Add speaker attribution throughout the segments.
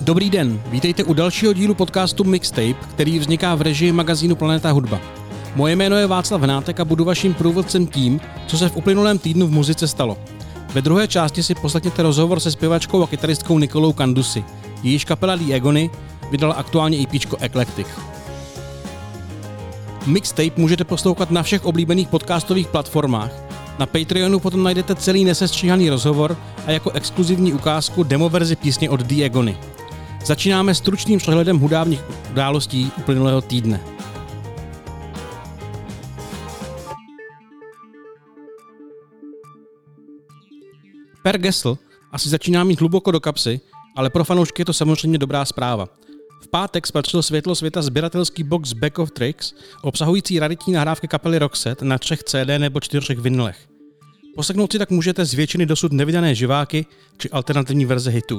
Speaker 1: Dobrý den, vítejte u dalšího dílu podcastu Mixtape, který vzniká v režii magazínu Planeta hudba. Moje jméno je Václav Hnátek a budu vaším průvodcem tím, co se v uplynulém týdnu v muzice stalo. Ve druhé části si poslechněte rozhovor se zpěvačkou a kytaristkou Nicolou Candusi. Jejíž kapela The Agony vydala aktuálně EPčko Eclectic. Mixtape můžete poslouchat na všech oblíbených podcastových platformách. Na Patreonu potom najdete celý nesestříhaný rozhovor a jako exkluzivní ukázku demoverzi písně od The Agony. Začínáme stručným přehledem hudebních událostí uplynulého týdne. Per Gessle asi začíná mít hluboko do kapsy, ale pro fanoušky je to samozřejmě dobrá zpráva. V pátek spatřil světlo světa sběratelský box Bag of Tricks, obsahující raritní nahrávky kapely Roxette na 3 CD nebo 4 vinylech. Poslechnout si tak můžete z většiny dosud nevydané živáky či alternativní verze hitů.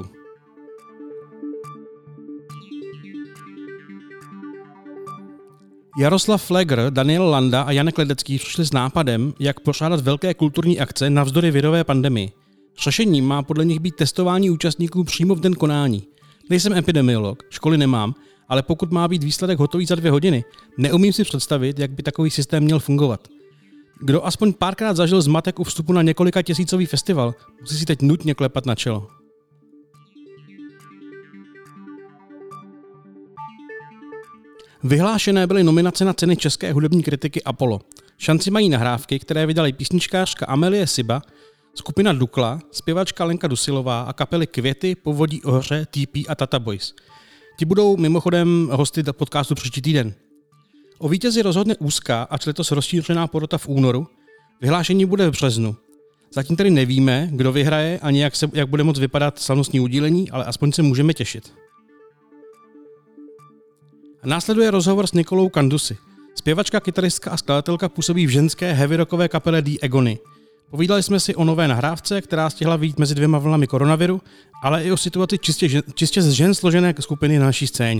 Speaker 1: Jaroslav Flegr, Daniel Landa a Janek Ledecký přišli s nápadem, jak pořádat velké kulturní akce navzdory virové pandemii. Řešením má podle nich být testování účastníků přímo v den konání. Nejsem epidemiolog, školy nemám, ale pokud má být výsledek hotový za 2 hodiny, neumím si představit, jak by takový systém měl fungovat. Kdo aspoň párkrát zažil zmatek u vstupu na několika tisícový festival, musí si teď nutně klepat na čelo. Vyhlášené byly nominace na ceny české hudební kritiky Apollo. Šanci mají nahrávky, které vydali písničkářka Amelie Siba, skupina Dukla, zpěvačka Lenka Dusilová a kapely Květy, Povodí Ohře, TP a Tata Boys. Ti budou mimochodem hosty podcastu příští týden. O vítězi rozhodne úzká, ač letos rozšířená porota v únoru. Vyhlášení bude v březnu. Zatím tedy nevíme, kdo vyhraje ani jak bude moc vypadat slavnostní udílení, ale aspoň se můžeme těšit. A následuje rozhovor s Nicolou Candusi. Zpěvačka, kytaristka a skladatelka působí v ženské heavy rockové kapele The Agony. Povídali jsme si o nové nahrávce, která stihla vyjít mezi 2 vlnami koronaviru, ale i o situaci čistě z žen složené skupiny na naší scéně.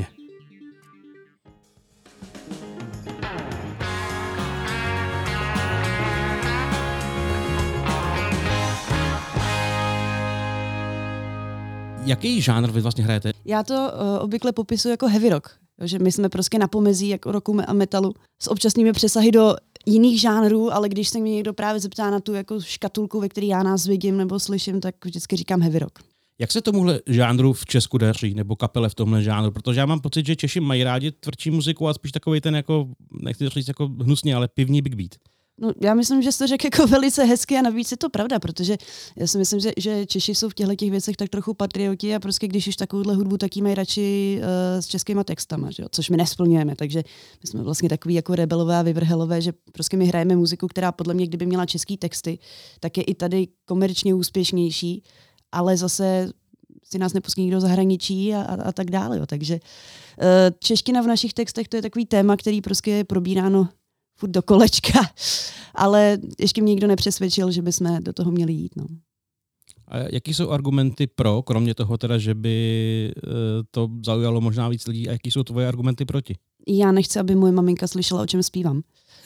Speaker 1: Jaký žánr vy vlastně hrajete?
Speaker 2: Já to obvykle popisuji jako heavy rock. Že my jsme prostě na pomezí jako rocku a metalu s občasnými přesahy do jiných žánrů, ale když se mě někdo právě zeptá na tu jako škatulku, ve které já nás vidím nebo slyším, tak vždycky říkám heavy rock.
Speaker 1: Jak se tomuhle žánru v Česku daří, nebo kapele v tomhle žánru? Protože já mám pocit, že Češi mají rádi tvrdší muziku a spíš takovej ten jako, nechci říct jako hnusně, ale pivní big beat.
Speaker 2: No, já myslím, že jsi to řekl jako velice hezky a navíc je to pravda, protože já si myslím, že Češi jsou v těchto věcech tak trochu patrioti a prostě když už takovouhle hudbu, tak jí mají radši s českýma textama, že jo? Což my nesplňujeme, takže my jsme vlastně takový jako rebelové a vyvrhelové, že prostě my hrajeme muziku, která podle mě, kdyby měla český texty, tak je i tady komerčně úspěšnější, ale zase si nás nepustí nikdo zahraničí a tak dále. Jo. Takže čeština v našich textech to je takový téma, který prostě je probíráno furt do kolečka, ale ještě mě nikdo nepřesvědčil, že bychom do toho měli jít. No.
Speaker 1: A jaký jsou argumenty pro, kromě toho teda, že by to zaujalo možná víc lidí, a jaký jsou tvoje argumenty proti?
Speaker 2: Já nechci, aby moje maminka slyšela, o čem zpívám.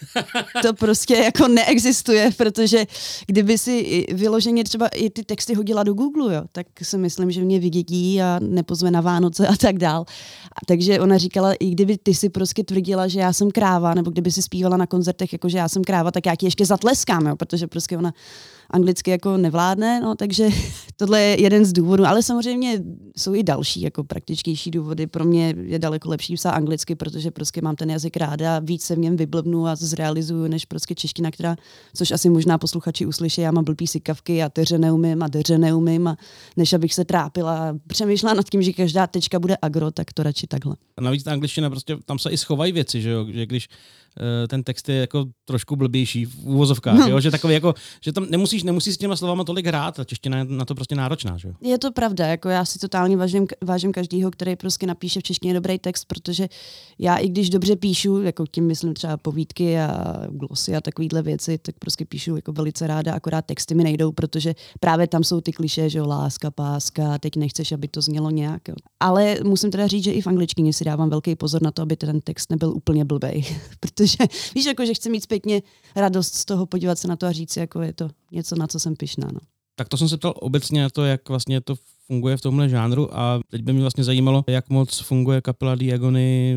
Speaker 2: To prostě jako neexistuje, protože kdyby si vyloženě třeba i ty texty hodila do Google, jo, tak si myslím, že mě vydědí a nepozve na Vánoce a tak dál. Takže ona říkala, i kdyby ty si prostě tvrdila, že já jsem kráva, nebo kdyby si zpívala na koncertech, jako že já jsem kráva, tak já ti ještě zatleskám, jo, protože prostě ona anglicky jako nevládne, no, takže tohle je jeden z důvodů, ale samozřejmě jsou i další jako praktičtější důvody. Pro mě je daleko lepší psát anglicky, protože prostě mám ten jazyk ráda a víc se v něm vyblbnu a zrealizuju, než prostě čeština, která, což asi možná posluchači uslyší, já mám blbý sykavky a deře neumím a než abych se trápila a přemýšlela nad tím, že každá tečka bude agro, tak to radši takhle.
Speaker 1: A navíc ta angličtina prostě, tam se i schovají věci, že jo, že když ten text je jako trošku blbější v úvozovkách, jo? Že takový jako, že tam nemusíš s těma slovama tolik hrát, a čeština je na to prostě náročná, že jo?
Speaker 2: Je to pravda, jako já si totálně vážím každýho, který prostě napíše v češtině dobrý text, protože já i když dobře píšu, jako tím myslím třeba povídky a glosy a takovýhle věci, tak prostě píšu jako velice ráda, akorát texty mi nejdou, protože právě tam jsou ty klišé, že jo, láska, páska, teď nechceš, aby to znělo nějak. Jo. Ale musím teda říct, že i v angličtině si dávám velký pozor na to, aby ten text nebyl úplně blbej, protože víš, jako, že chci mít zpětně radost z toho, podívat se na to a říct si, jako je to něco, na co jsem pyšná. No.
Speaker 1: Tak to jsem se ptal obecně na to, jak vlastně to funguje v tomhle žánru a teď by mě vlastně zajímalo, jak moc funguje kapela Diagony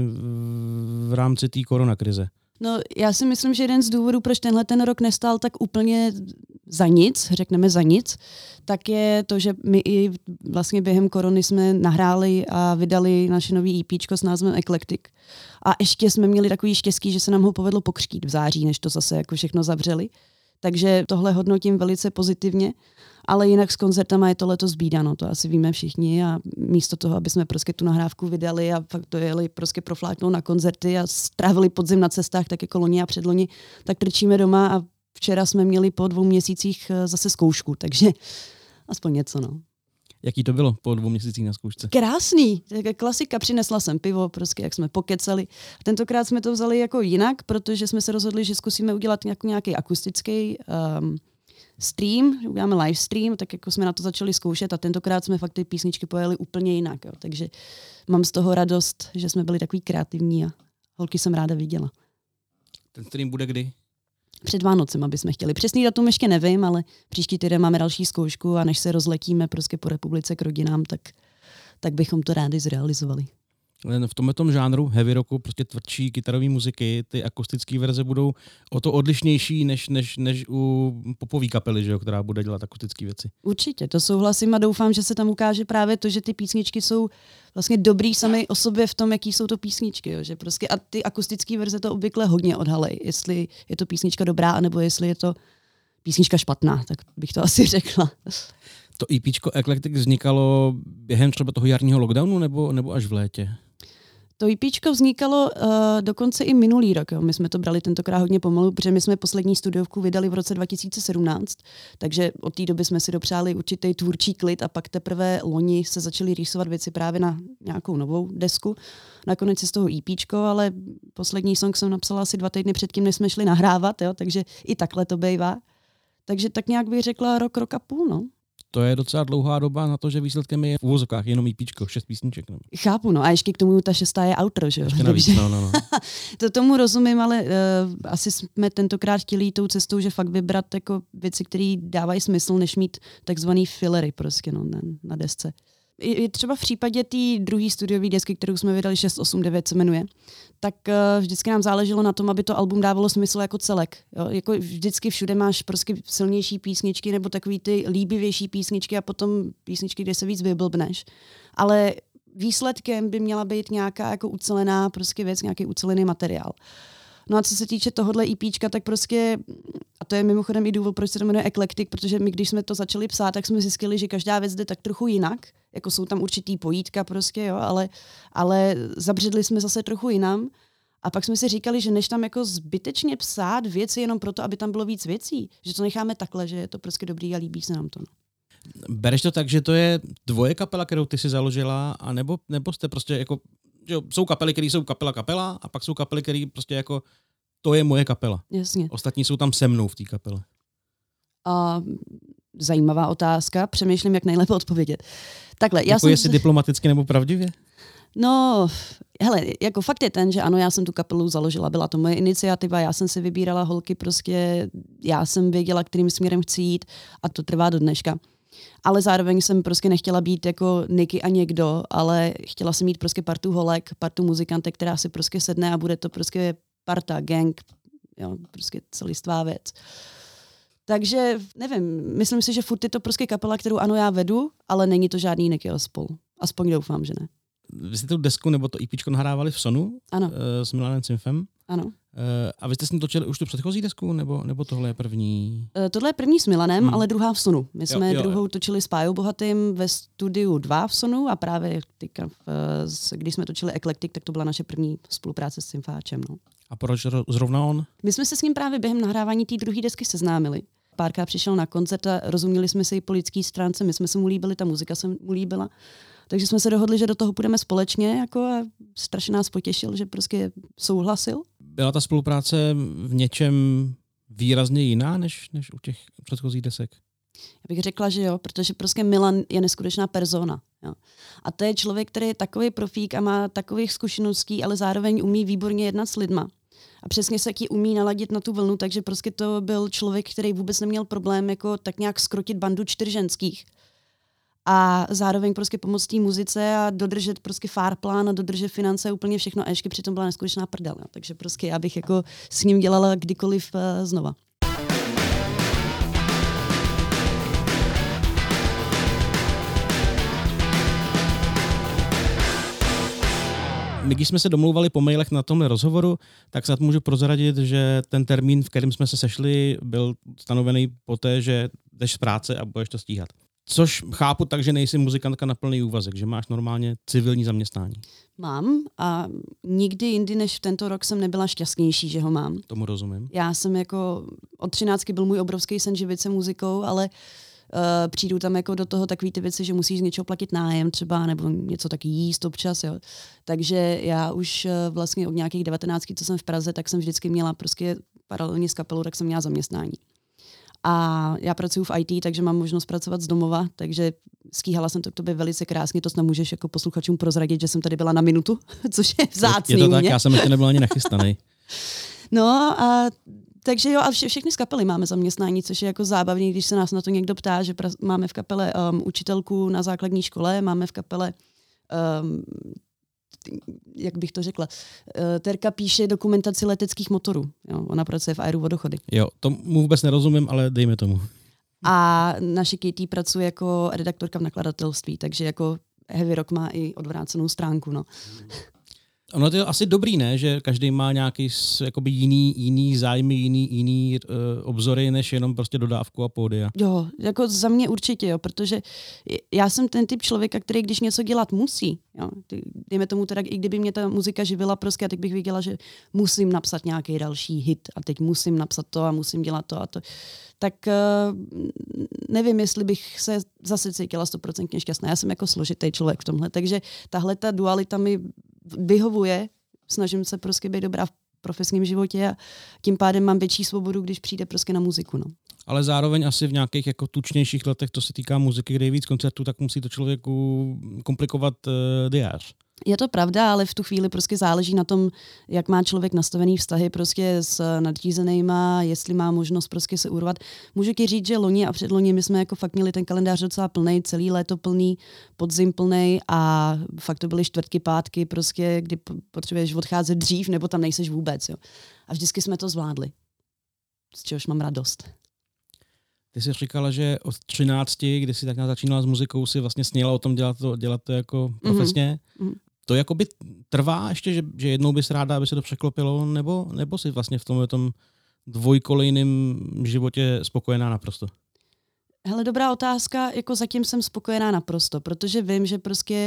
Speaker 1: v rámci té koronakrize.
Speaker 2: No, já si myslím, že jeden z důvodů, proč tenhle ten rok nestál tak úplně za nic, řekneme za nic, tak je to, že my i vlastně během korony jsme nahráli a vydali naše nový EPčko s názvem Eclectic. A ještě jsme měli takový štěstí, že se nám ho povedlo pokřtít v září, než to zase jako všechno zavřeli. Takže tohle hodnotím velice pozitivně, ale jinak s koncertama je to letos bída, no, to asi víme všichni a místo toho, aby jsme prostě tu nahrávku vydali a fakt to jeli prostě profláknout na koncerty a strávili podzim na cestách, tak jako loni a předloni, tak trčíme doma a včera jsme měli po 2 měsících zase zkoušku, takže aspoň něco, no.
Speaker 1: Jaký to bylo po 2 měsících na zkoušce?
Speaker 2: Krásný, tak klasika, přinesla jsem pivo, prostě jak jsme pokecali. Tentokrát jsme to vzali jako jinak, protože jsme se rozhodli, že zkusíme udělat nějaký akustický stream, uděláme live stream, tak jako jsme na to začali zkoušet a tentokrát jsme fakt ty písničky pojeli úplně jinak. Jo. Takže mám z toho radost, že jsme byli takový kreativní a holky jsem ráda viděla.
Speaker 1: Ten stream bude kdy?
Speaker 2: Před Vánocem, aby jsme chtěli. Přesný datum ještě nevím, ale příští týden máme další zkoušku a než se rozletíme prostě po republice k rodinám, tak bychom to rádi zrealizovali.
Speaker 1: V tomto žánru heavy rocku, prostě tvrdší kytarové muziky, ty akustické verze budou o to odlišnější než u popové kapely, že jo, která bude dělat akustické věci.
Speaker 2: Určitě, to souhlasím a doufám, že se tam ukáže právě to, že ty písničky jsou vlastně dobrý sami o sobě v tom, jaký jsou to písničky. Jo, že prostě a ty akustické verze to obvykle hodně odhalej, jestli je to písnička dobrá, anebo jestli je to písnička špatná, tak bych to asi řekla.
Speaker 1: To EPčko Eclectic vznikalo během třeba toho jarního lockdownu nebo až v létě?
Speaker 2: To EPčko vznikalo dokonce i minulý rok. Jo. My jsme to brali tentokrát hodně pomalu, protože my jsme poslední studiovku vydali v roce 2017, takže od té doby jsme si dopřáli určitý tvůrčí klid a pak teprve loni se začaly rýsovat věci právě na nějakou novou desku. Nakonec je z toho EPčko, ale poslední song jsem napsala asi 2 týdny předtím, než jsme šli nahrávat, jo, takže i takhle to bývá. Takže tak nějak bych řekla rok a půl, no.
Speaker 1: To je docela dlouhá doba na to, že výsledkem je v uvozovkách jenom EPčko, 6 písniček. No.
Speaker 2: Chápu, no a ještě k tomu ta 6. je outro, že jo?
Speaker 1: Ještě navíc, no.
Speaker 2: To tomu rozumím, ale asi jsme tentokrát chtěli jít tou cestou, že fakt vybrat jako věci, které dávají smysl, než mít takzvaný fillery prostě, no, na desce. I třeba v případě té druhé studiové desky, kterou jsme vydali 689 se jmenuje, tak vždycky nám záleželo na tom, aby to album dávalo smysl jako celek. Jo? Jako vždycky všude máš prostě silnější písničky nebo takový ty líbivější písničky a potom písničky, kde se víc vyblbneš. Ale výsledkem by měla být nějaká jako ucelená prostě věc, nějaký ucelený materiál. No a co se týče tohohle EPčka, tak prostě, a to je mimochodem i důvod, proč se to jmenuje Eclectic, protože my, když jsme to začali psát, tak jsme zjistili, že každá věc jde tak trochu jinak, jako jsou tam určitý pojítka prostě, jo, ale zabředli jsme zase trochu jinam a pak jsme si říkali, že než tam jako zbytečně psát věci jenom proto, aby tam bylo víc věcí, že to necháme takhle, že je to prostě dobrý a líbí se nám to. No.
Speaker 1: Bereš to tak, že to je tvoje kapela, kterou ty si založila, a nebo jste prostě jako, že jsou kapely, které jsou kapela a pak jsou kapely, které prostě jako to je moje kapela.
Speaker 2: Jasně.
Speaker 1: Ostatní jsou tam se mnou v té kapele.
Speaker 2: Zajímavá otázka, přemýšlím, jak nejlépe odpovědět. Takhle,
Speaker 1: jako jestli diplomaticky nebo pravdivě?
Speaker 2: No, hele, jako fakt je ten, že ano, já jsem tu kapelu založila, byla to moje iniciativa, já jsem si vybírala holky, prostě já jsem věděla, kterým směrem chci jít a to trvá do dneška. Ale zároveň jsem prostě nechtěla být jako Niky a někdo, ale chtěla jsem mít prostě partu holek, partu muzikantek, která si prostě sedne a bude to prostě parta, gang, jo, prostě celistvá věc. Takže nevím, myslím si, že furt je to prostě kapela, kterou ano, já vedu, ale není to žádný Niky a spol. Aspoň doufám, že ne.
Speaker 1: Vy jste tu desku nebo to EPčko nahrávali v Sonu?
Speaker 2: Ano.
Speaker 1: S Milanem Cimfem?
Speaker 2: Ano.
Speaker 1: A vy jste s ním točili už tu předchozí desku, nebo tohle je první?
Speaker 2: Tohle je první s Milanem, ale druhá v Sonu. My jsme druhou točili s Pájou Bohatým ve studiu 2 v Sonu a právě když jsme točili Eclectic, tak to byla naše první spolupráce s Cimfáčem. No.
Speaker 1: A proč zrovna on?
Speaker 2: My jsme se s ním právě během nahrávání té druhé desky seznámili. Párkrát přišel na koncert a rozuměli jsme si i po lidský stránce, my jsme se mu líbili, ta muzika se mu líbila. Takže jsme se dohodli, že do toho půjdeme společně jako a strašně nás potěšil, že prostě souhlasil.
Speaker 1: Byla ta spolupráce v něčem výrazně jiná než u těch předchozích desek?
Speaker 2: Já bych řekla, že jo, protože prostě Milan je neskutečná persona. Jo. A to je člověk, který je takový profík a má takových zkušeností, ale zároveň umí výborně jednat s lidma. A přesně se taky umí naladit na tu vlnu, takže prostě to byl člověk, který vůbec neměl problém jako tak nějak skrotit bandu 4 ženských. a zároveň prostě pomoct té muzice a dodržet prostě farplán a dodržet finance úplně všechno a ještě přitom byla neskutečná prdel. Jo. Takže prostě já bych jako s ním dělala kdykoliv znova.
Speaker 1: My, když jsme se domlouvali po mailech na tomhle rozhovoru, tak snad můžu prozradit, že ten termín, v kterém jsme se sešli, byl stanovený poté, že jdeš z práce a budeš to stíhat. Což chápu tak, že nejsi muzikantka na plný úvazek, že máš normálně civilní zaměstnání.
Speaker 2: Mám a nikdy jindy než v tento rok jsem nebyla šťastnější, že ho mám.
Speaker 1: Tomu rozumím.
Speaker 2: Já jsem jako od 13 byl můj obrovský sen živit se muzikou, ale přijdou tam jako do toho takový ty věci, že musíš z něčeho platit nájem třeba, nebo něco taky jíst občas, jo. Takže já už vlastně od nějakých 19, co jsem v Praze, tak jsem vždycky měla prostě paralelně s kapelou, tak jsem měla zaměstnání. A já pracuji v IT, takže mám možnost pracovat z domova, takže stíhala jsem to k tobě velice krásně, to snad můžeš jako posluchačům prozradit, že jsem tady byla na minutu, což je vzácný.
Speaker 1: Je to tak, já jsem ještě nebyl ani nachystaný.
Speaker 2: No a takže jo, a všechny z kapely máme zaměstnání, což je jako zábavný, když se nás na to někdo ptá, že máme v kapele učitelku na základní škole, máme v kapele, jak bych to řekla, Terka píše dokumentaci leteckých motorů. Jo, ona pracuje v Aeru Vodochody.
Speaker 1: Jo, tomu vůbec nerozumím, ale dejme tomu.
Speaker 2: A naše Katie pracuje jako redaktorka v nakladatelství, takže jako heavy rock má i odvrácenou stránku, no.
Speaker 1: Ono to je asi dobrý, ne? Že každý má nějaký jakoby jiný zájmy, jiný obzory, než jenom prostě dodávku a pódia.
Speaker 2: Jo, jako za mě určitě, jo, protože já jsem ten typ člověka, který když něco dělat musí, jo, dejme tomu teda, i kdyby mě ta muzika živila prostě a teď bych věděla, že musím napsat nějaký další hit a teď musím napsat to a musím dělat to a to, tak nevím, jestli bych se zase cítila 100% šťastná. Já jsem jako složitý člověk v tomhle, takže tahle ta dualita mi vyhovuje, snažím se prostě být dobrá v profesním životě a tím pádem mám větší svobodu, když přijde prostě na muziku. No.
Speaker 1: Ale zároveň asi v nějakých jako tučnějších letech, to se týká muziky, kde je víc koncertů, tak musí to člověku komplikovat diář.
Speaker 2: Je to pravda, ale v tu chvíli prostě záleží na tom, jak má člověk nastavený vztahy prostě s nadřízenýma, jestli má možnost prostě se urvat. Můžu ti říct, že loni a předloni my jsme jako fakt měli ten kalendář docela plnej, celý léto plný, podzim plnej a fakt to byly čtvrtky, pátky prostě, kdy potřebuješ odcházet dřív, nebo tam nejseš vůbec. Jo. A vždycky jsme to zvládli. Z čehož mám radost.
Speaker 1: Ty jsi říkala, že od 13, kdy jsi tak začínala s muzikou, si vlastně sněla o tom dělat to jako profesně. Mm-hmm. To jakoby trvá ještě, že jednou bys ráda, aby se to překlopilo, nebo jsi vlastně v tom dvojkolejném životě spokojená naprosto?
Speaker 2: Hele, dobrá otázka, jako zatím jsem spokojená naprosto, protože vím, že prostě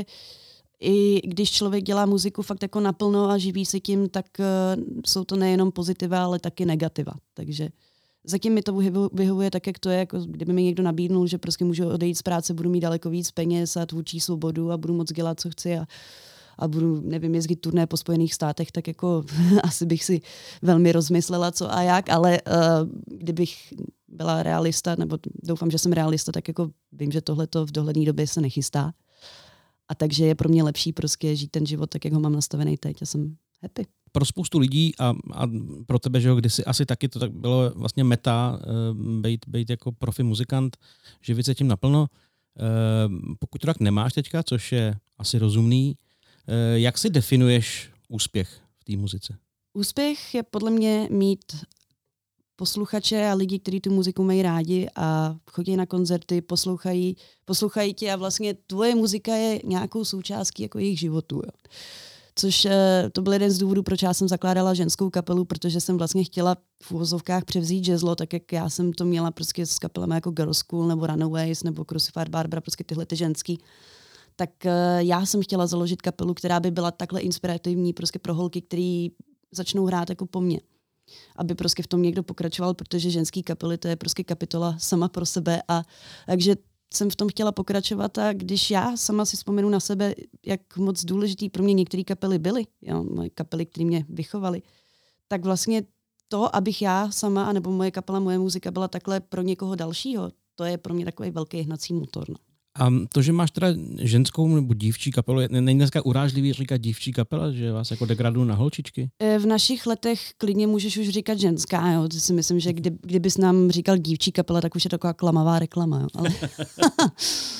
Speaker 2: i když člověk dělá muziku fakt jako naplno a živí se tím, tak jsou to nejenom pozitiva, ale taky negativa. Takže zatím mi to vyhovuje tak, jak to je, jako kdyby mi někdo nabídnul, že prostě můžu odejít z práce, budu mít daleko víc peněz a tvůrčí svobodu a budu moc dělat, co chci a budu, nevím, jezdit turné po Spojených státech, tak jako asi bych si velmi rozmyslela, co a jak, ale kdybych byla realista, nebo doufám, že jsem realista, tak jako vím, že tohleto v dohledné době se nechystá. A takže je pro mě lepší prostě žít ten život tak, jak ho mám nastavený teď a jsem happy.
Speaker 1: Pro spoustu lidí a pro tebe, že jo, kdysi asi taky to tak bylo vlastně meta, být jako profi muzikant, živit se tím naplno. Pokud to tak nemáš teďka, což je asi rozumný, jak si definuješ úspěch v té muzice?
Speaker 2: Úspěch je podle mě mít posluchače a lidi, kteří tu muziku mají rádi a chodí na koncerty, poslouchají tě a vlastně tvoje muzika je nějakou součástí jako jejich životů. Jo. Což to byl jeden z důvodů, proč já jsem zakládala ženskou kapelu, protože jsem vlastně chtěla v uvozovkách převzít jazzlo, tak jak já jsem to měla prostě s kapelami jako Girl School nebo Runaways nebo Crucified Barbara, prostě tyhle ty ženský. Tak já jsem chtěla založit kapelu, která by byla takhle inspirativní prostě pro holky, který začnou hrát jako po mně. Aby prostě v tom někdo pokračoval, protože ženský kapely to je prostě kapitola sama pro sebe a takže jsem v tom chtěla pokračovat a když já sama si vzpomenu na sebe, jak moc důležitý pro mě některé kapely byly, jo, moje kapely, které mě vychovaly, tak vlastně to, abych já sama, anebo moje kapela, moje muzika byla takhle pro někoho dalšího, to je pro mě takový velký hnací motor. No.
Speaker 1: A to, že máš teda ženskou nebo dívčí kapelu, není dneska urážlivý říkat dívčí kapela, že vás jako degradují na holčičky?
Speaker 2: V našich letech klidně můžeš už říkat ženská, jo. To si myslím, že kdybys nám říkal dívčí kapela, tak už je taková klamavá reklama, jo. Ale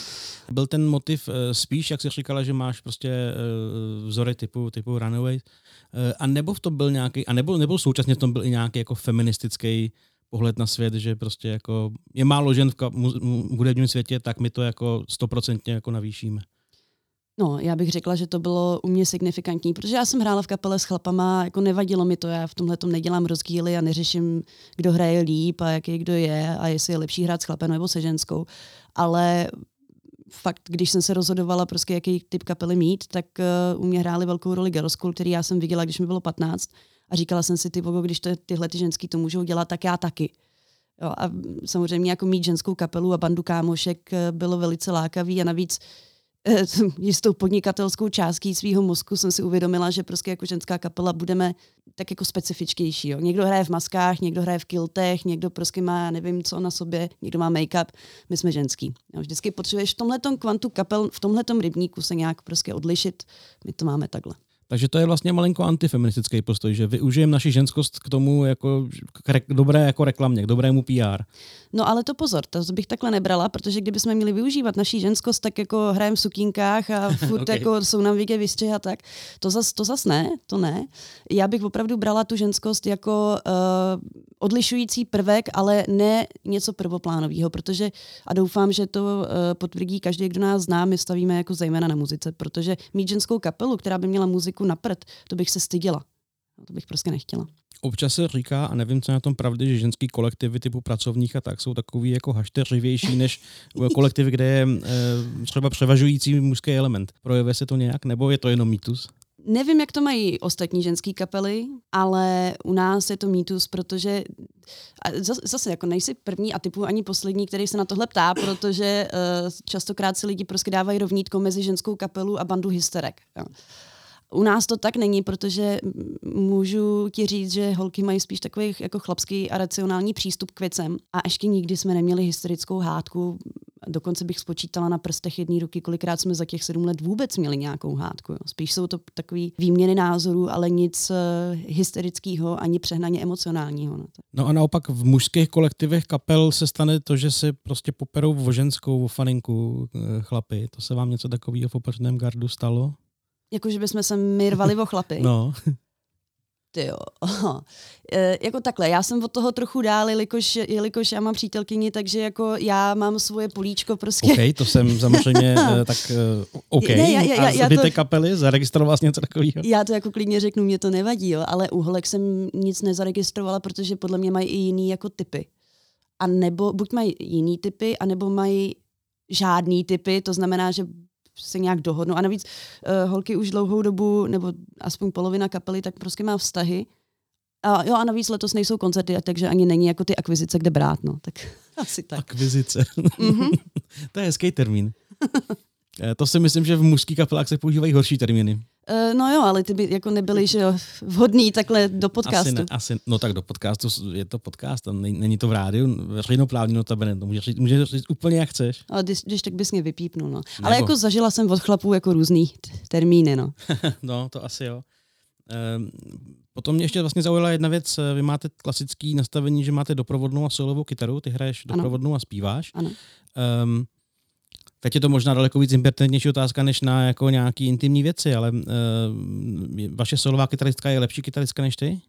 Speaker 1: Byl ten motiv spíš, jak jsi říkala, že máš prostě vzory typu Runaway, a nebo v tom byl nějaký, a nebo současně v tom byl i nějaký jako feministický pohled na svět, že prostě jako je málo žen v hudebním světě, tak my to jako 100% jako navýšíme.
Speaker 2: No, já bych řekla, že to bylo u mě signifikantní, protože já jsem hrála v kapele s chlapama, jako nevadilo mi to, já v tomhletom nedělám rozdíly a neřeším, kdo hraje líp a jaký kdo je a jestli je lepší hrát s chlapem nebo se ženskou, ale fakt, když jsem se rozhodovala prostě jaký typ kapely mít, tak u mě hráli velkou roli Girls School, který já jsem viděla, když mi bylo 15 a říkala jsem si, když tyhle ty ženský to můžou dělat, tak já taky. Jo, a samozřejmě jako mít ženskou kapelu a bandu kámošek bylo velice lákavý a navíc jistou podnikatelskou částí svého mozku jsem si uvědomila, že prostě jako ženská kapela budeme tak jako specifičtější. Jo. Někdo hraje v maskách, někdo hraje v kiltech, někdo prostě má nevím co na sobě, někdo má make-up, my jsme ženský. Jo. Vždycky potřebuješ v tomhletom kvantu kapel, v tomhletom rybníku se nějak prostě odlišit, my to máme takhle.
Speaker 1: Takže to je vlastně malinko antifeministický postoj, že využijeme naši ženskost k tomu jako dobré jako reklamě, k dobrému PR. No
Speaker 2: ale to pozor, to bych takhle nebrala, protože kdybychom měli využívat naši ženskost, tak jako hrajeme v sukínkách a furt okay. Jako jsou nám věké vystřih a tak. To zas ne, to ne. Já bych opravdu brala tu ženskost jako odlišující prvek, ale ne něco prvoplánového, protože a doufám, že to potvrdí každý, kdo nás zná, my stavíme jako zejména na muzice, protože mít ženskou kapelu, která by měla muziku na prd, to bych se styděla. To bych prostě nechtěla.
Speaker 1: Občas se říká, a nevím, co je na tom pravdy, že ženský kolektivy typu pracovních a tak jsou takový jako hašteřivější než kolektivy, kde je třeba převažující mužský element. Projevuje se to nějak, nebo je to jenom mýtus?
Speaker 2: Nevím, jak to mají ostatní ženský kapely, ale u nás je to mýtus, protože zase jako nejsi první a typu ani poslední, který se na tohle ptá, protože častokrát si lidi prostě dávají rovnítko mezi ženskou kapelu a bandu hysterek. Jo. U nás to tak není, protože můžu ti říct, že holky mají spíš takový jako chlapský a racionální přístup k věcem a ještě nikdy jsme neměli hysterickou hádku. Dokonce bych spočítala na prstech jedné ruky, kolikrát jsme za těch 7 let vůbec měli nějakou hádku. Jo. Spíš jsou to takový výměny názorů, ale nic hysterického ani přehnaně emocionálního.
Speaker 1: No a naopak v mužských kolektivech kapel se stane to, že se prostě poperou o ženskou, o faninku chlapy. To se vám něco takového v opačném gardu stalo?
Speaker 2: Jakože bychom se my rvali o chlapy.
Speaker 1: No.
Speaker 2: Tyjo. Jako takhle, já jsem od toho trochu dál, jelikož já mám přítelkyni, takže jako já mám svoje políčko prostě.
Speaker 1: OK, to jsem samozřejmě tak OK. Ne, a zbytek kapely zaregistrovala jsi něco takového?
Speaker 2: Já to jako klidně řeknu, mě to nevadí, jo, ale u holek jsem nic nezaregistrovala, protože podle mě mají i jiný jako typy. A nebo buď mají jiný typy, anebo mají žádný typy, to znamená, že se nějak dohodnou. A navíc holky už dlouhou dobu, nebo aspoň polovina kapely, tak prostě má vztahy. A navíc letos nejsou koncerty, takže ani není jako ty akvizice, kde brát. No. Tak asi tak.
Speaker 1: Akvizice. Mm-hmm. To je hezký termín. To si myslím, že v mužských kapelách se používají horší termíny.
Speaker 2: No jo, ale ty by jako nebyly že jo, vhodný takhle do podcastu.
Speaker 1: No tak do podcastu je to podcast, není to v rádiu, veřejnoprávní notabene, to můžeš říct úplně jak chceš.
Speaker 2: Ale když tak bys mě vypípnul, no. Ale jako zažila jsem od chlapů jako různý termíny, no.
Speaker 1: No, to asi jo. Potom mě ještě vlastně zaujala jedna věc, vy máte klasický nastavení, že máte doprovodnou a solovou kytaru, ty hraješ doprovodnou a zpíváš.
Speaker 2: Ano.
Speaker 1: Teď je to možná daleko víc impertinentnější otázka než na jako nějaký intimní věci, ale vaše solová kytaristka je lepší kytaristka než ty?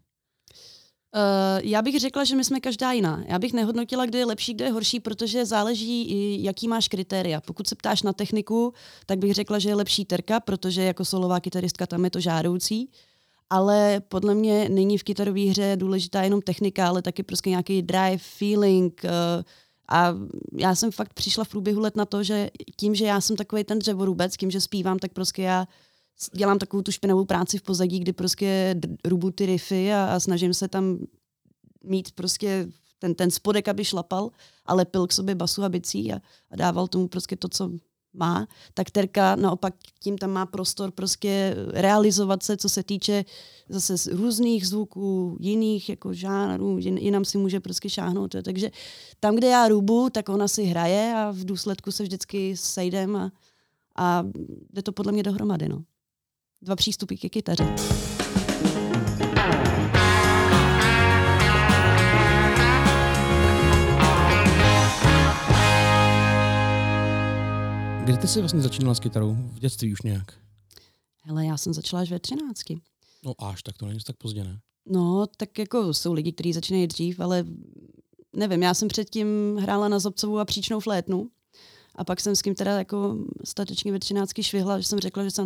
Speaker 2: Já bych řekla, že my jsme každá jiná. Já bych nehodnotila, kde je lepší, kde je horší, protože záleží, jaký máš kritéria. Pokud se ptáš na techniku, tak bych řekla, že je lepší Terka, protože jako solová kytaristka tam je to žádoucí. Ale podle mě není v kytarové hře důležitá jenom technika, ale taky prostě nějaký drive, feeling. A já jsem fakt přišla v průběhu let na to, že tím, že já jsem takovej ten dřevorubec, tím, že zpívám, tak prostě já dělám takovou tu špinavou práci v pozadí, kdy prostě rubu ty riffy a snažím se tam mít prostě ten spodek, aby šlapal a lepil k sobě basu a bicí a dával tomu prostě to, co má. Tak Terka naopak tím tam má prostor prostě realizovat se, co se týče zase z různých zvuků, jiných jako žánrů, jinam si může prostě šáhnout. Takže tam, kde já rubu, tak ona si hraje a v důsledku se vždycky sejdem a jde to podle mě dohromady. No. 2 přístupy ke kytaře.
Speaker 1: Kdy ty ty jsi vlastně začínala s kytarou? V dětství už nějak?
Speaker 2: Hele, já jsem začala až ve 13.
Speaker 1: No až, tak to není tak pozdě, ne?
Speaker 2: No, tak jako jsou lidi, kteří začínají dřív, ale nevím, já jsem předtím hrála na zobcovou a příčnou flétnu a pak jsem s kým teda jako statečně ve 13 švihla, že jsem řekla, že se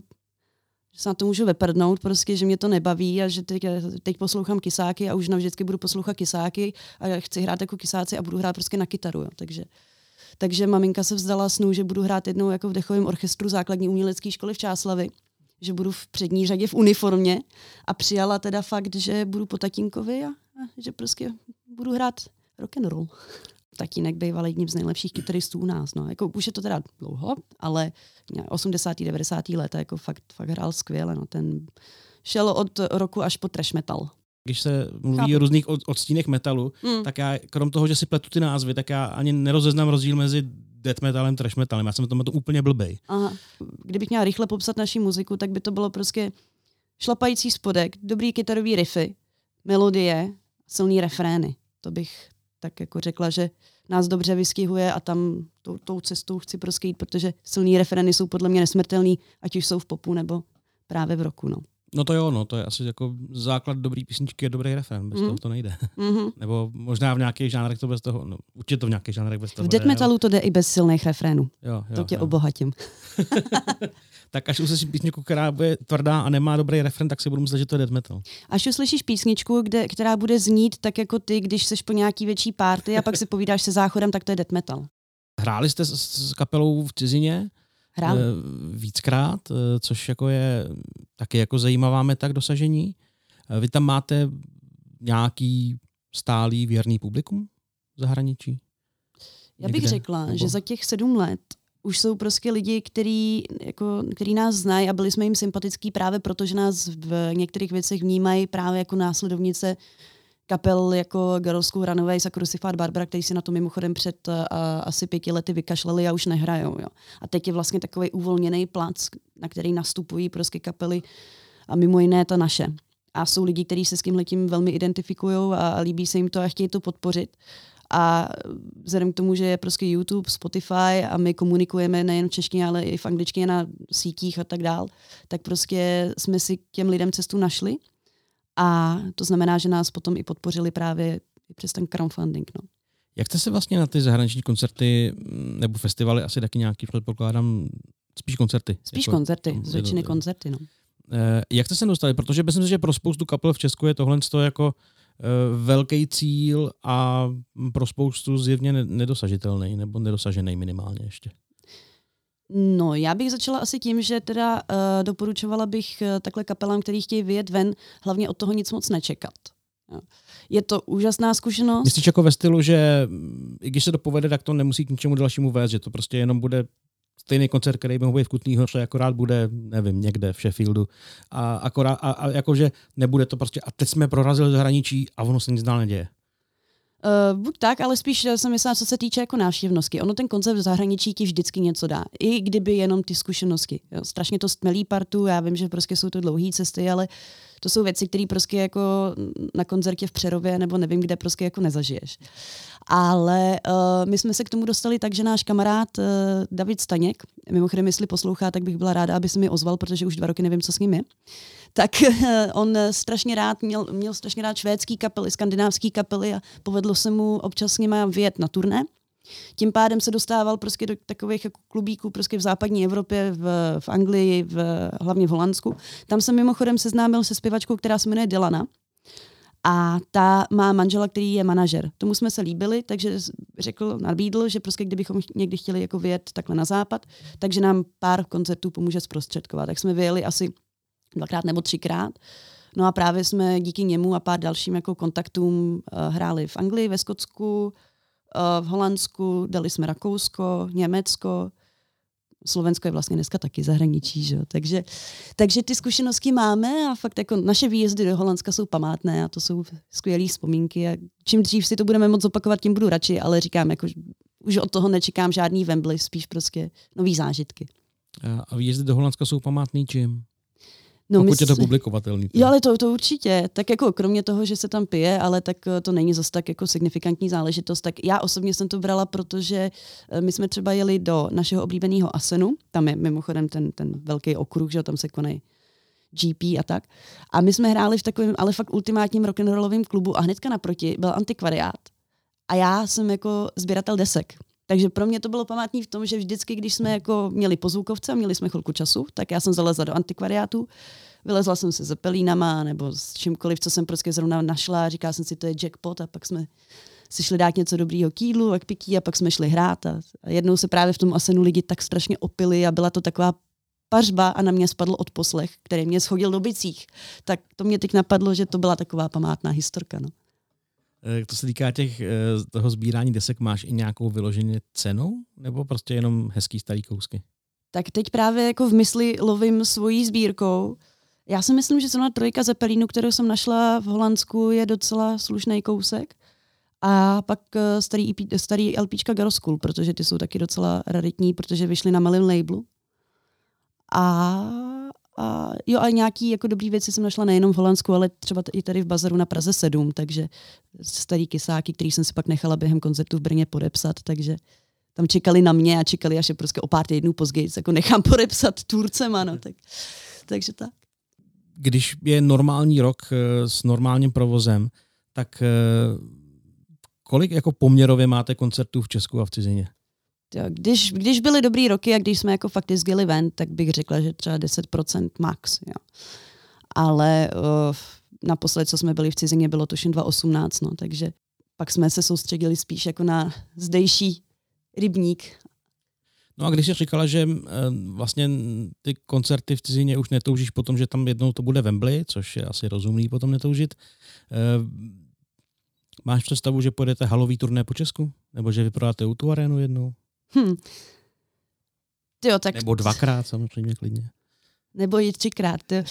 Speaker 2: na to můžu vyprdnout, prostě, že mě to nebaví a že teď poslouchám kysáky a už navždycky budu poslouchat kysáky a chci hrát jako kysáci a budu hrát prostě na kytaru. Jo. Takže maminka se vzdala snu, že budu hrát jednou jako v dechovém orchestru základní umělecké školy v Čáslavi, že budu v přední řadě v uniformě a přijala teda fakt, že budu po tatínkovi a že prostě budu hrát rock and roll. Tatínek býval jedním z nejlepších kytaristů u nás. No. Jako, už je to teda dlouho, ale 80. 90. let jako fakt hrál skvěle. No. Ten šel od roku až po thrash metal.
Speaker 1: Když se mluví o různých odstínech metalu, tak já krom toho, že si pletu ty názvy, tak já ani nerozeznám rozdíl mezi death metalem a thrash metalem. Já jsem to úplně blbej.
Speaker 2: Aha. Kdybych měla rychle popsat naši muziku, tak by to bylo prostě šlapající spodek, dobrý kytarový riffy, melodie, silný refrény. To bych tak jako řekla, že nás dobře vystihuje a tam tou cestou chci prostě jít, protože silný refrény jsou podle mě nesmrtelný, ať už jsou v popu nebo právě v rocku. No.
Speaker 1: No to jo, no, to je asi jako základ dobrý písničky je dobrý refrén, bez toho to nejde. Nebo možná v nějakých žánrech to bez toho, no určitě to v nějakých žánrech bez toho.
Speaker 2: V death metalu to jde i bez silných refrénů.
Speaker 1: Jo,
Speaker 2: to tě obohatím.
Speaker 1: Tak až uslyšíš písničku, která bude tvrdá a nemá dobrý refrén, tak si budu myslet, že to je death metal.
Speaker 2: Až uslyšíš písničku, která bude znít tak jako ty, když seš po nějaký větší party a pak si povídáš se záchodem, tak to je death metal.
Speaker 1: Hráli jste s kapelou v cizině?
Speaker 2: Hráli.
Speaker 1: Víckrát, což jako je taky jako zajímavá meta k dosažení. Vy tam máte nějaký stálý věrný publikum v zahraničí?
Speaker 2: Já bych řekla, že za těch 7 let už jsou prostě lidi, který nás znají a byli jsme jim sympatický právě proto, že nás v některých věcech vnímají právě jako následovnice kapel jako Girls School Runaways a Crucified Barbara, který si na to mimochodem před asi 5 lety vykašleli a už nehrajou. Jo. A teď je vlastně takový uvolněný plac, na který nastupují prostě kapely a mimo jiné ta naše. A jsou lidi, kteří se s tímhletím velmi identifikují a líbí se jim to a chtějí to podpořit. A vzhledem k tomu, že je prostě YouTube, Spotify a my komunikujeme nejen v češtině, ale i v angličtině na sítích a tak dál, tak prostě jsme si k těm lidem cestu našli. A to znamená, že nás potom i podpořili právě přes ten crowdfunding. No.
Speaker 1: Jak jste se vlastně na ty zahraniční koncerty nebo festivaly, asi taky nějaký, předpokládám, spíš koncerty?
Speaker 2: Spíš jako, koncerty, z většiny koncerty. No.
Speaker 1: Jak jste se dostali? Protože myslím si, že pro spoustu kapel v Česku je tohle jako velký cíl a pro spoustu zjevně nedosažitelný nebo nedosažený minimálně ještě.
Speaker 2: No, já bych začala asi tím, že teda doporučovala bych takhle kapelám, který chtějí vyjet ven, hlavně od toho nic moc nečekat. Jo. Je to úžasná zkušenost.
Speaker 1: Myslíš jako ve stylu, že i když se to povede, tak to nemusí k ničemu dalšímu vést, že to prostě jenom bude stejný koncert, který by mohl být v Kutný Hoře, akorát bude, nevím, někde v Sheffieldu. A jakože nebude to prostě, a teď jsme prorazili do zahraničí a ono se nic dál neděje.
Speaker 2: Buď tak, ale spíš jsem myslela, co se týče jako návštěvnosti. Ono ten koncept v zahraničí ti vždycky něco dá. I kdyby jenom ty zkušenosti. Jo, strašně to stmelí partu, já vím, že prostě jsou to dlouhé cesty, ale to jsou věci, které prostě jako na koncertě v Přerově nebo nevím, kde prostě jako nezažiješ. Ale my jsme se k tomu dostali tak, že náš kamarád David Staněk, mimochodem, jestli poslouchá, tak bych byla ráda, aby se mi ozval, protože už 2 roky nevím, co s ním je. Tak on strašně rád měl strašně rád švédský kapely, skandinávský kapely a povedlo se mu občas s nima vyjet na turné. Tím pádem se dostával prostě do takových jako klubíků prostě v západní Evropě, v Anglii, hlavně v Holandsku. Tam se mimochodem seznámil se zpěvačkou, která se jmenuje Dylana. A ta má manžela, který je manažer. Tomu jsme se líbili, takže nabídl, že prostě kdybychom někdy chtěli jako vyjet takhle na západ, takže nám pár koncertů pomůže zprostředkovat. Tak jsme vyjeli asi 2krát nebo 3krát. No a právě jsme díky němu a pár dalším jako kontaktům hráli v Anglii, ve Skotsku, v Holandsku, dali jsme Rakousko, Německo, Slovensko je vlastně dneska taky zahraničí, že? Takže ty zkušenosti máme a fakt jako naše výjezdy do Holandska jsou památné a to jsou skvělé vzpomínky a čím dřív si to budeme moc opakovat, tím budu radši, ale říkám, jako, už od toho nečekám žádný Wembley, spíš prostě nový zážitky.
Speaker 1: A výjezdy do Holandska jsou památný čím? No, pokud je to publikovatelný.
Speaker 2: Jo, ale to určitě. Tak jako kromě toho, že se tam pije, ale tak to není zas tak jako signifikantní záležitost. Tak já osobně jsem to brala, protože my jsme třeba jeli do našeho oblíbeného Asenu, tam je mimochodem ten velký okruh, že tam se konají GP a tak. A my jsme hráli v takovém, ale fakt ultimátním rock'n'rollovém klubu a hnedka naproti byl antikvariát. A já jsem jako sběratel desek. Takže pro mě to bylo památný v tom, že vždycky, když jsme jako měli pozvukovce a měli jsme chvilku času, tak já jsem zalezla do antikvariátu, vylezla jsem se Zeppelínama nebo s čímkoliv, co jsem prostě zrovna našla, říkala jsem si, to je jackpot a pak jsme si šli dát něco dobrýho k jídlu a k pití a pak jsme šli hrát a jednou se právě v tom Asenu lidi tak strašně opili a byla to taková pařba a na mě spadl odposlech, který mě shodil do bicích. Tak to mě teď napadlo, že to byla taková památná historka. No.
Speaker 1: To se týká toho sbírání desek, máš i nějakou vyloženě cenu? Nebo prostě jenom hezký starý kousky?
Speaker 2: Tak teď právě jako v mysli lovím svojí sbírkou. Já si myslím, že zrovna 3 Zeppelínu, kterou jsem našla v Holandsku, je docela slušný kousek. A pak starý LPčka Garoscool, protože ty jsou taky docela raritní, protože vyšly na malém labelu. A nějaký jako dobrý věci jsem našla nejenom v Holandsku, ale třeba i tady v bazaru na Praze 7, takže starý kysáky, který jsem si pak nechala během koncertu v Brně podepsat, takže tam čekali na mě a čekali, až je prostě o pár týdnů později, jako nechám podepsat tvůrcema, no, takže tak.
Speaker 1: Když je normální rok s normálním provozem, tak kolik jako poměrově máte koncertů v Česku a v cizině?
Speaker 2: Když byly dobrý roky a když jsme jako fakt jezdili ven, tak bych řekla, že třeba 10% max. Jo. Ale naposled, co jsme byli v cizině, bylo tuším 2018, no, takže pak jsme se soustředili spíš jako na zdejší rybník.
Speaker 1: No a když jsi říkala, že vlastně ty koncerty v cizině už netoužíš potom, že tam jednou to bude Wembley, což je asi rozumný potom netoužit, máš představu, že pojedete halový turné po Česku? Nebo že vyprodáte tu arénu jednou?
Speaker 2: Tyjo, tak...
Speaker 1: Nebo 2krát samozřejmě klidně.
Speaker 2: Nebo i 3krát.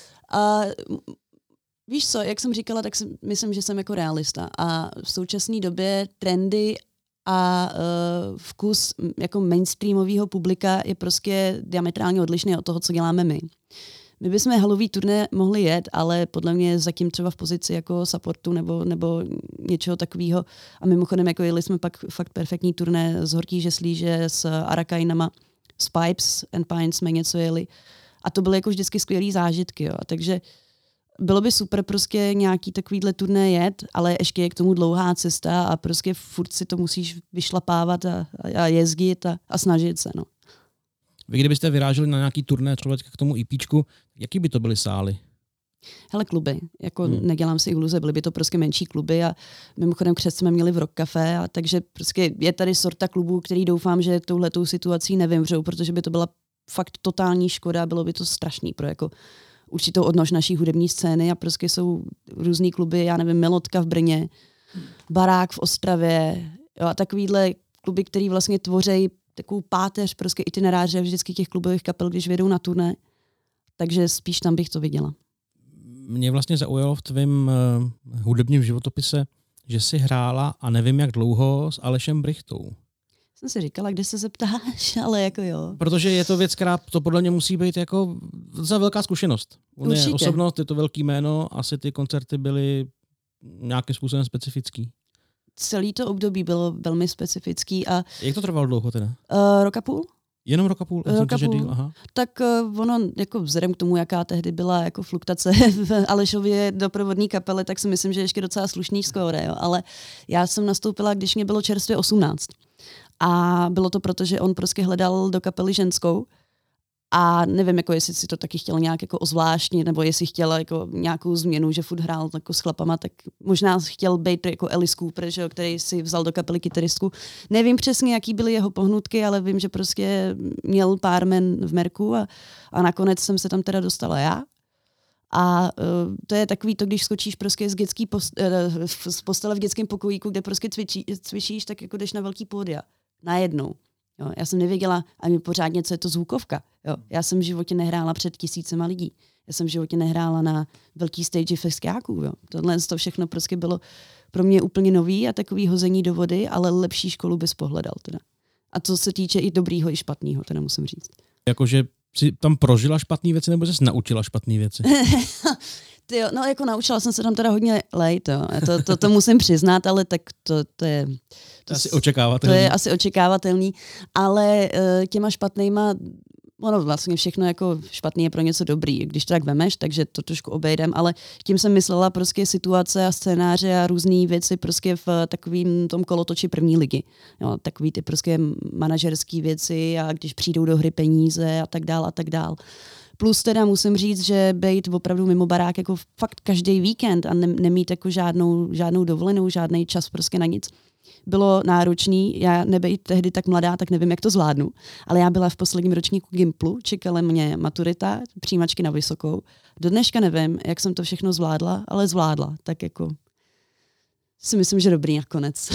Speaker 2: Víš co, jak jsem říkala, tak myslím, že jsem jako realista. A v současné době trendy a vkus jako mainstreamového publika je prostě diametrálně odlišný od toho, co děláme my. My bychom halový turné mohli jet, ale podle mě zatím třeba v pozici jako supportu nebo něčeho takového. A mimochodem jako jeli jsme pak fakt perfektní turné z Horký Žeslíže, s Arakainama, s Pipes and Pines jsme něco jeli. A to byly jako vždycky skvělý zážitky. Jo. A takže bylo by super prostě nějaký takovýhle turné jet, ale ještě je k tomu dlouhá cesta a prostě furt si to musíš vyšlapávat a jezdit a snažit se. No.
Speaker 1: Vy kdybyste vyráželi na nějaký turné třeba k tomu EPčku, jaký by to byly sály?
Speaker 2: Hele, kluby. Jako nedělám si iluze, byly by to prostě menší kluby a mimochodem křest jsme měli v Rock Café, a takže prostě je tady sorta klubů, který doufám, že touhletou situací nevymřou, protože by to byla fakt totální škoda, bylo by to strašný pro jako určitou odnož naší hudební scény a prostě jsou různý kluby, já nevím, Melotka v Brně, Barák v Ostravě, jo, a takovýhle kluby, který vlastně tvoří takovou páteř prostě itineráře vždycky těch klubových kapel, když vědou na turné. Takže spíš tam bych to viděla.
Speaker 1: Mě vlastně zaujalo v tvém hudebním životopise, že jsi hrála a nevím jak dlouho s Alešem Brychtou.
Speaker 2: Jsem si říkala, kde se zeptáš, ale jako jo.
Speaker 1: Protože je to věc, která to podle mě musí být jako za velká zkušenost. On je osobnost, je to velký jméno, asi ty koncerty byly nějakým způsobem specifický.
Speaker 2: Celý to období bylo velmi specifický. A
Speaker 1: jak to trvalo dlouho teda?
Speaker 2: Rok a půl.
Speaker 1: Jenom rok a půl?
Speaker 2: Aha. Tak ono, jako vzhledem k tomu, jaká tehdy byla jako fluktace v Alešově doprovodní kapely, tak si myslím, že ještě docela slušný skóre, jo. Ale já jsem nastoupila, když mě bylo čerstvě 18. A bylo to proto, že on prostě hledal do kapely ženskou a nevím, jako jestli si to taky chtěl nějak jako ozvláštnit, nebo jestli chtěl jako nějakou změnu, že furt hrál jako s chlapama, tak možná chtěl být jako Alice Cooper, že jo, který si vzal do kapely kytaristku. Nevím přesně, jaký byly jeho pohnutky, ale vím, že prostě měl pár men v merku a nakonec jsem se tam teda dostala já. A to je takový to, když skočíš prostě z postele v dětském pokojíku, kde prostě cvičíš, tak jako jdeš na velký pódia. Najednou. Jo, já jsem nevěděla ani pořádně, co je to zvukovka. Jo, já jsem v životě nehrála před tisícema lidí. Já jsem v životě nehrála na velký stage festiáků. Jo. Tohle to všechno prostě bylo pro mě úplně nový a takový hození do vody, ale lepší školu bys pohledal. Teda. A co se týče i dobrýho, i špatného, teda musím říct.
Speaker 1: Jakože Jsi tam prožila špatné věci, nebo jsi naučila špatné věci?
Speaker 2: Tyjo, no jako naučila jsem se tam teda hodně lejt, jo. To musím přiznat, ale tak to je...
Speaker 1: To je asi očekávatelný.
Speaker 2: To je asi očekávatelný, ale těma špatnýma, ono vlastně všechno jako špatný je pro něco dobrý, když to tak vemeš, takže to trošku obejdem, ale tím jsem myslela prostě situace a scénáře a různé věci prostě v takovým tom kolotoči první ligy. Jo, takový ty prostě manažerský věci a když přijdou do hry peníze a tak dál a tak dál. Plus teda musím říct, že být opravdu mimo barák jako fakt každý víkend a nemít jako žádnou dovolenou, žádný čas prostě na nic. Bylo náročný, já nebejt tehdy tak mladá, tak nevím, jak to zvládnu, ale já byla v posledním ročníku Gimplu, čekala mě maturita, přijímačky na vysokou. Do dneška nevím, jak jsem to všechno zvládla, ale zvládla, tak jako si myslím, že dobrý nakonec.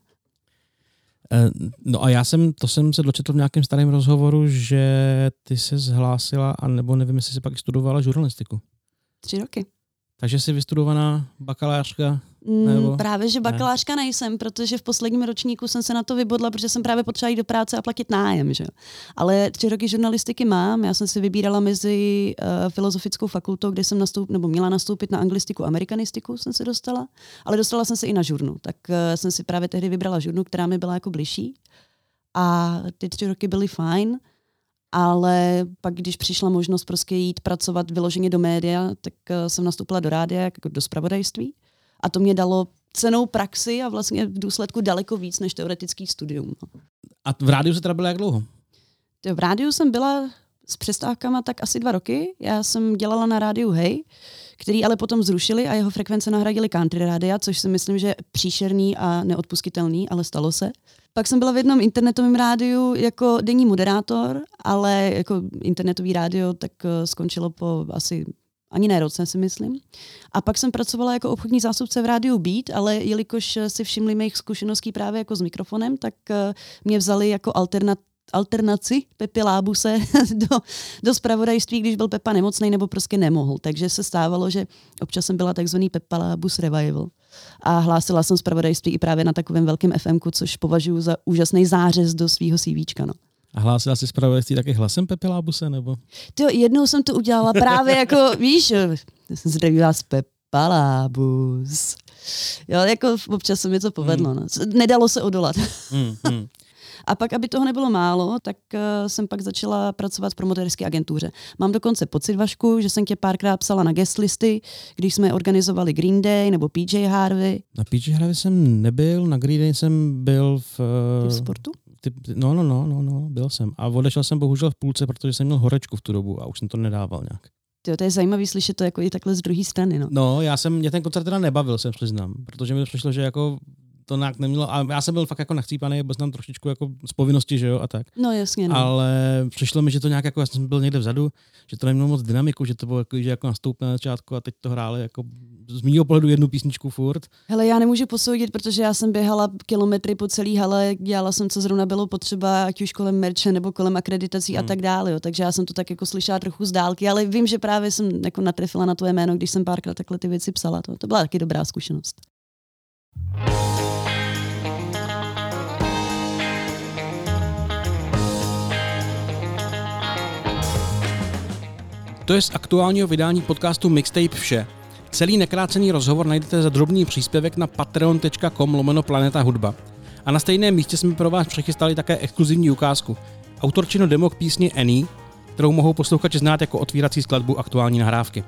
Speaker 1: No a jsem se dočetl v nějakém starém rozhovoru, že ty se zhlásila, a nebo nevím, jestli jsi pak studovala žurnalistiku.
Speaker 2: 3 roky.
Speaker 1: Takže jsi vystudovaná bakalářka?
Speaker 2: Nebo? Právě, že bakalářka nejsem, protože v posledním ročníku jsem se na to vybodla, protože jsem právě potřebovala jít do práce a platit nájem. Že? Ale 3 roky žurnalistiky mám. Já jsem si vybírala mezi filozofickou fakultou, kde jsem měla nastoupit na anglistiku, amerikanistiku jsem se dostala, ale dostala jsem se i na žurnu. Tak jsem si právě tehdy vybrala žurnu, která mi byla jako bližší. A ty 3 roky byly fajn. Ale pak, když přišla možnost prostě jít pracovat vyloženě do média, tak jsem nastoupila do rádia, jako do zpravodajství. A to mě dalo cennou praxi a vlastně v důsledku daleko víc než teoretický studium.
Speaker 1: A v rádiu se teda byla jak dlouho?
Speaker 2: V rádiu jsem byla s přestávkama tak asi 2 roky. Já jsem dělala na rádiu Hej, který ale potom zrušili a jeho frekvence nahradili country rádia, což si myslím, že je příšerný a neodpustitelný, ale stalo se. Pak jsem byla v jednom internetovém rádiu jako denní moderátor, ale jako internetový rádio tak skončilo po asi ani ne roce, si myslím. A pak jsem pracovala jako obchodní zástupce v rádiu Beat, ale jelikož si všimli mých zkušeností právě jako s mikrofonem, tak mě vzali jako alternaci Pepi Lábuse do zpravodajství, když byl Pepa nemocnej nebo prostě nemohl. Takže se stávalo, že občas jsem byla takzvaný Pepa Lábus Revival. A hlásila jsem zpravodajství i právě na takovém velkém FMku, což považuji za úžasný zářez do svýho CVčka. No.
Speaker 1: A hlásila jsi zpravodajství taky hlasem Pepi Lábuse, nebo?
Speaker 2: Jednou jsem to udělala právě jako, víš, zdraví vás Pepa Lábus. Jo, jako občas se mi to povedlo. No. Nedalo se odolat. A pak, aby toho nebylo málo, tak jsem pak začala pracovat v promotérské agentuře. Mám dokonce pocit, Vašku, že jsem tě párkrát psala na guest listy, když jsme organizovali Green Day nebo PJ Harvey.
Speaker 1: Na PJ Harvey jsem nebyl, na Green Day jsem byl v
Speaker 2: sportu?
Speaker 1: No, byl jsem. A odešel jsem bohužel v půlce, protože jsem měl horečku v tu dobu a už jsem to nedával nějak.
Speaker 2: To je zajímavý slyšet to jako i takhle z druhé strany.
Speaker 1: No, mě ten koncert teda nebavil, se přiznám, protože mi přišlo, že jako to nějak nemělo, a já jsem byl fakt jako nachcípaný, byl jsem trošičku jako z povinnosti, že jo, a tak.
Speaker 2: No jasně, no.
Speaker 1: Ale přišlo mi, že to nějak jako, já jsem byl někde vzadu, že to nemělo moc dynamiku, že to bylo jako, že jako nastoupil na začátku a teď to hráli jako z mýho pohledu jednu písničku furt.
Speaker 2: Hele, já nemůžu posoudit, protože já jsem běhala kilometry po celý hale, dělala jsem, co zrovna bylo potřeba, ať už kolem merče nebo kolem akreditací a tak dále, jo. Takže já jsem to tak jako slyšela trochu z dálky, ale vím, že právě jsem jako natrefila na tvoje jméno, když jsem párkrát takhle ty věci psala. To byla taky dobrá zkušenost.
Speaker 1: To je z aktuálního vydání podcastu Mixtape vše. Celý nekrácený rozhovor najdete za drobný příspěvek na patreon.com/Planeta Hudba. A na stejném místě jsme pro vás přechystali také exkluzivní ukázku. Autorčino demo k písni Annie, kterou mohou posluchači znát jako otvírací skladbu aktuální nahrávky.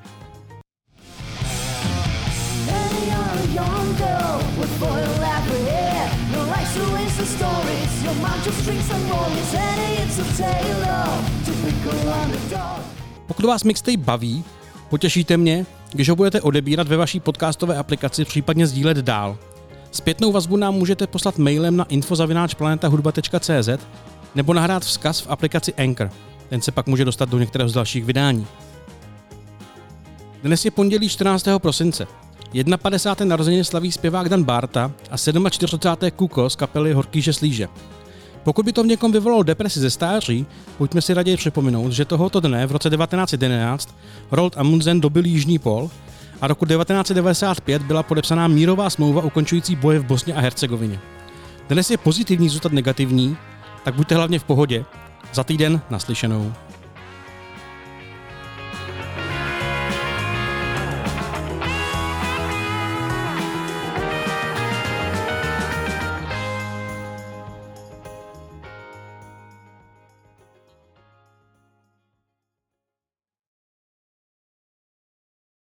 Speaker 1: Pokud vás mixtape baví, potěšíte mě, když ho budete odebírat ve vaší podcastové aplikaci, případně sdílet dál. Zpětnou vazbu nám můžete poslat mailem na info@planetahudba.cz nebo nahrát vzkaz v aplikaci Anchor. Ten se pak může dostat do některého z dalších vydání. Dnes je pondělí 14. prosince. 51. narozeniny slaví zpěvák Dan Bárta a 47. Kuko z kapely Horkýže Slíže. Pokud by to v někom vyvolalo depresi ze stáří, pojďme si raději připomenout, že tohoto dne v roce 1911 Roald Amundsen dobil Jižní pól a roku 1995 byla podepsaná mírová smlouva ukončující boje v Bosně a Hercegovině. Dnes je pozitivní zůstat negativní, tak buďte hlavně v pohodě. Za týden naslyšenou.